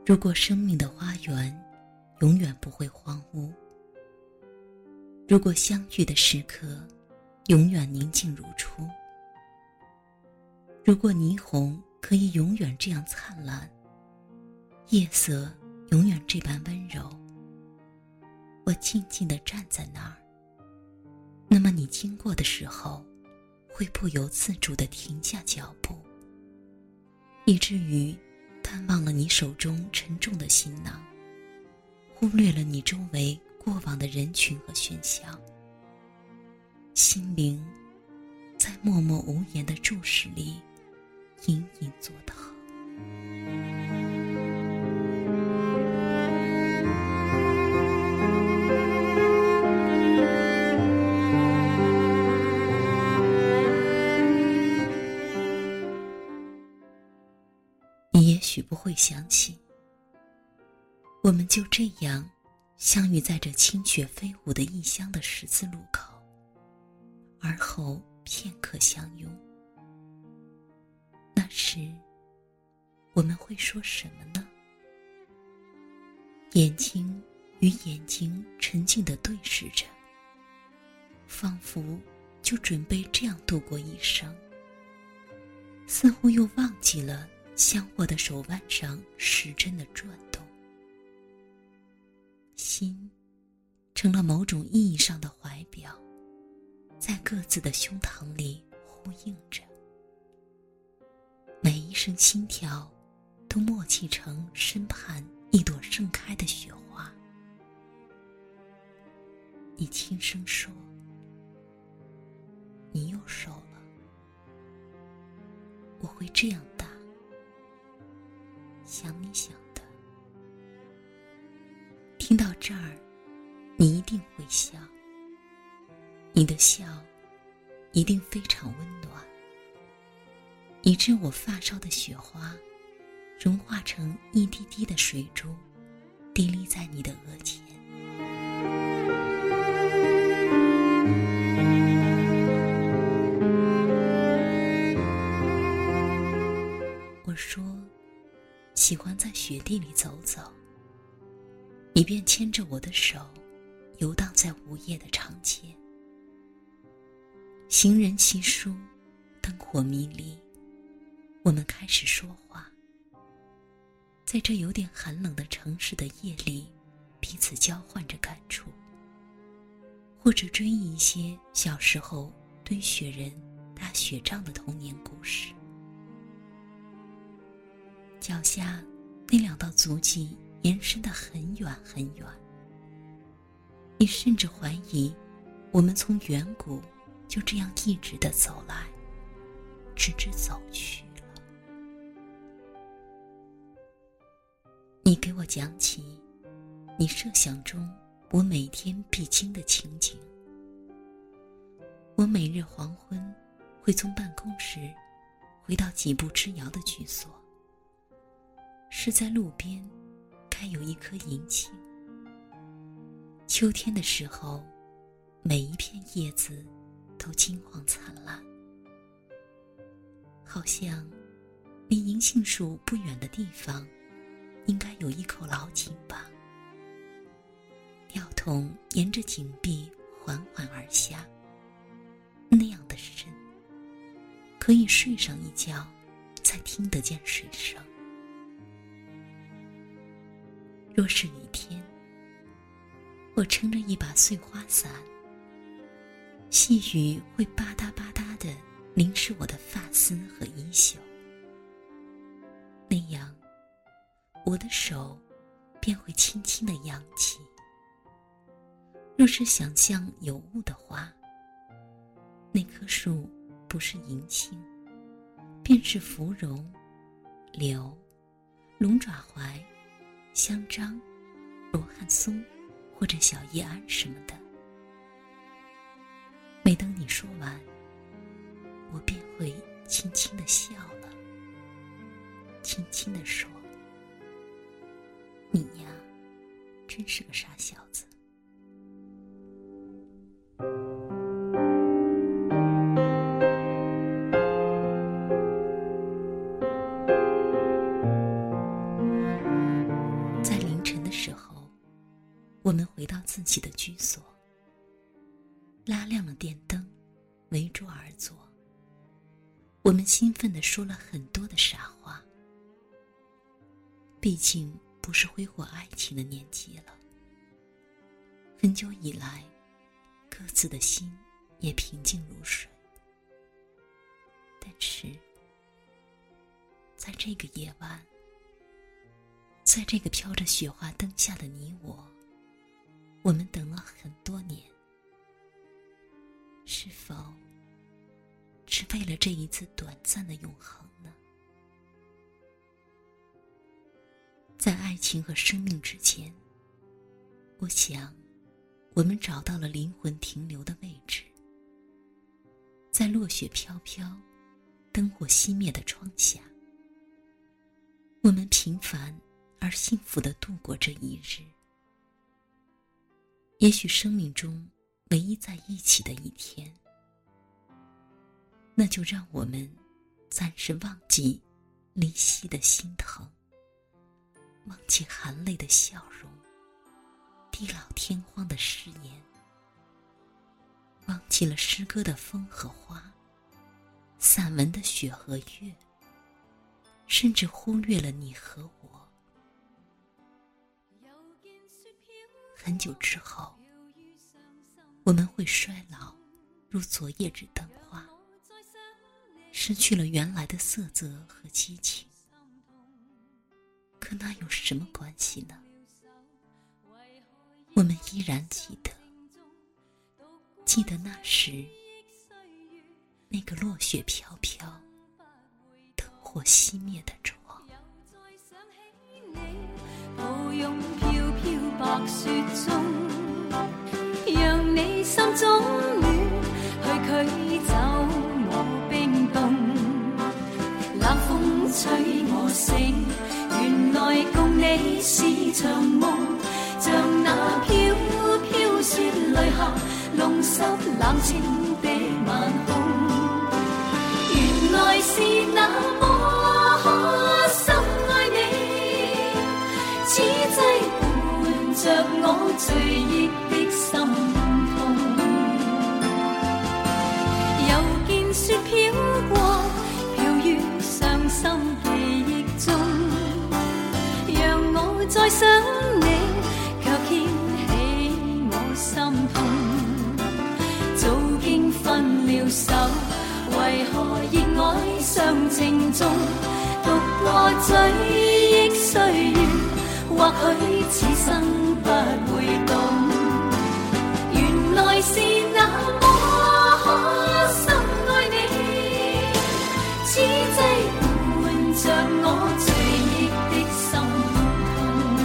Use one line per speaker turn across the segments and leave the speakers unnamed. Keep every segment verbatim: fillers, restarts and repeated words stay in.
如果生命的花园永远不会荒芜，如果相遇的时刻永远宁静如初，如果霓虹可以永远这样灿烂，夜色永远这般温柔，我静静地站在那儿，那么你经过的时候会不由自主地停下脚步，以至于淡忘了你手中沉重的行囊，忽略了你周围过往的人群和喧嚣，心灵在默默无言的注视里隐隐作疼。你也许不会想起，我们就这样相遇在这清雪飞舞的异乡的十字路口，而后片刻相拥。那时我们会说什么呢？眼睛与眼睛沉静地对视着，仿佛就准备这样度过一生，似乎又忘记了相握的手腕上时针的转动，心成了某种意义上的怀表，在各自的胸膛里呼应着，每一声心跳都默契成身畔一朵盛开的雪花。你轻声说，你又瘦了，我会这样大，想你想的。听到这儿，你一定会笑，你的笑一定非常温暖，以致我发梢的雪花融化成一滴滴的水珠，滴沥在你的额前。我说喜欢在雪地里走走，你便牵着我的手游荡在午夜的长街。行人稀疏，灯火迷离，我们开始说话，在这有点寒冷的城市的夜里，彼此交换着感触，或者追忆一些小时候堆雪人打雪仗的童年故事。脚下那两道足迹延伸得很远很远，你甚至怀疑我们从远古就这样一直地走来，直至走去了。你给我讲起你设想中我每天必经的情景。我每日黄昏会从办公室回到几步之遥的居所，是在路边该有一棵银杏。秋天的时候，每一片叶子都金黄灿烂，好像离银杏树不远的地方应该有一口老井吧。吊桶沿着井壁缓缓而下，那样的深，可以睡上一觉才听得见水声。若是雨天，我撑着一把碎花伞，细雨会吧嗒吧嗒地淋湿我的发丝和衣袖，那样我的手便会轻轻地扬起。若是想象有雾的话，那棵树不是银杏，便是芙蓉、柳、龙爪槐、香樟、罗汉松或者小叶桉什么的。每等你说完，我便会轻轻地笑了，轻轻地说，你呀，真是个傻小子。 我们回到自己的居所，拉亮了电灯，围桌而坐。我们兴奋地说了很多的傻话，毕竟不是挥霍爱情的年纪了。很久以来，各自的心也平静如水。但是在这个夜晚，在这个飘着雪花灯下的你我，我们等了很多年，是否只为了这一次短暂的永恒呢？在爱情和生命之间，我想我们找到了灵魂停留的位置。在落雪飘飘，灯火熄灭的窗下，我们平凡而幸福地度过这一日。也许生命中唯一在一起的一天，那就让我们暂时忘记离析的心疼，忘记含泪的笑容，地老天荒的誓言，忘记了诗歌的风和花，散文的雪和月，甚至忽略了你和我。很久之后，我们会衰老，如昨夜之灯花，失去了原来的色泽和激情。可那有什么关系呢？我们依然记得，记得那时那个落雪飘飘，灯火熄灭的窗。
抱拥飘飘白雪中，讓你心中暖，去驅走我冰凍。冷風吹我醒，原來共你是場夢，像那飄飄雪淚下弄濕冷清的晚空。原來是那麼可深愛你，此際伴着我醉憶的心痛。又見雪飄過，飄於傷心記憶中，讓我再想你，卻牽起我心痛。早經分了手，為何熱愛上情中，獨過追憶歲月，或許此生不會懂。原來是那麼可深愛你，此際伴着我醉憶的心痛。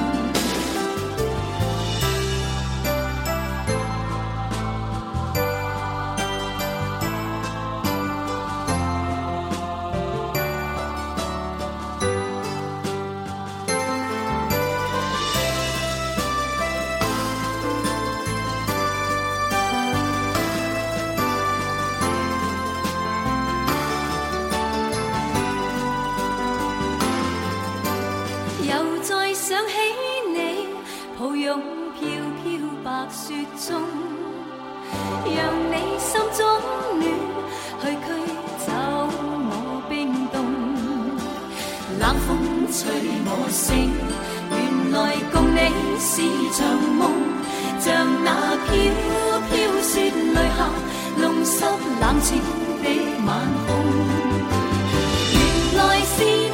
想起你，抱擁飄飄白雪中，讓你心中暖，去驅走我冰凍。冷風吹我醒，原來共你是場夢，像那飄飄雪淚下弄濕冷清的晚空。原來是